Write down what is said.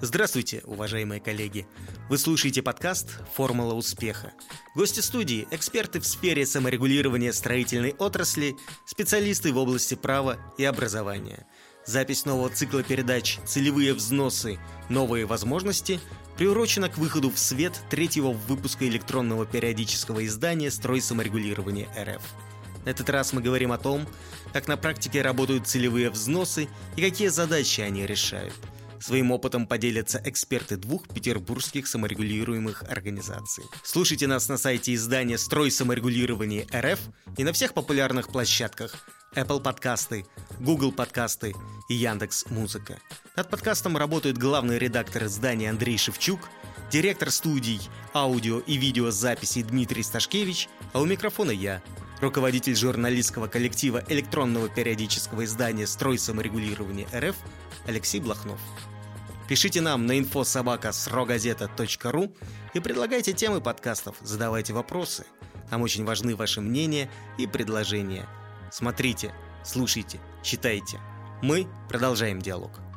Здравствуйте, уважаемые коллеги! Вы слушаете подкаст «Формула успеха». Гости студии – эксперты в сфере саморегулирования строительной отрасли, специалисты в области права и образования. Запись нового цикла передач «Целевые взносы. Новые возможности» приурочена к выходу в свет третьего выпуска электронного периодического издания «Стройсаморегулирование РФ». На этот раз мы говорим о том, как на практике работают целевые взносы и какие задачи они решают. Своим опытом поделятся эксперты двух петербургских саморегулируемых организаций. Слушайте нас на сайте издания «Стройсаморегулирование РФ» и на всех популярных площадках Apple подкасты, Google подкасты и Яндекс.Музыка. Над подкастом работает главный редактор издания Андрей Шевчук, директор студий аудио и видеозаписи Дмитрий Сташкевич, а у микрофона я, руководитель журналистского коллектива электронного периодического издания «Стройсаморегулирование РФ» Алексей Блохнов. Пишите нам на info@srogazeta.ru и предлагайте темы подкастов, задавайте вопросы. Нам очень важны ваши мнения и предложения. Смотрите, слушайте, читайте. Мы продолжаем диалог.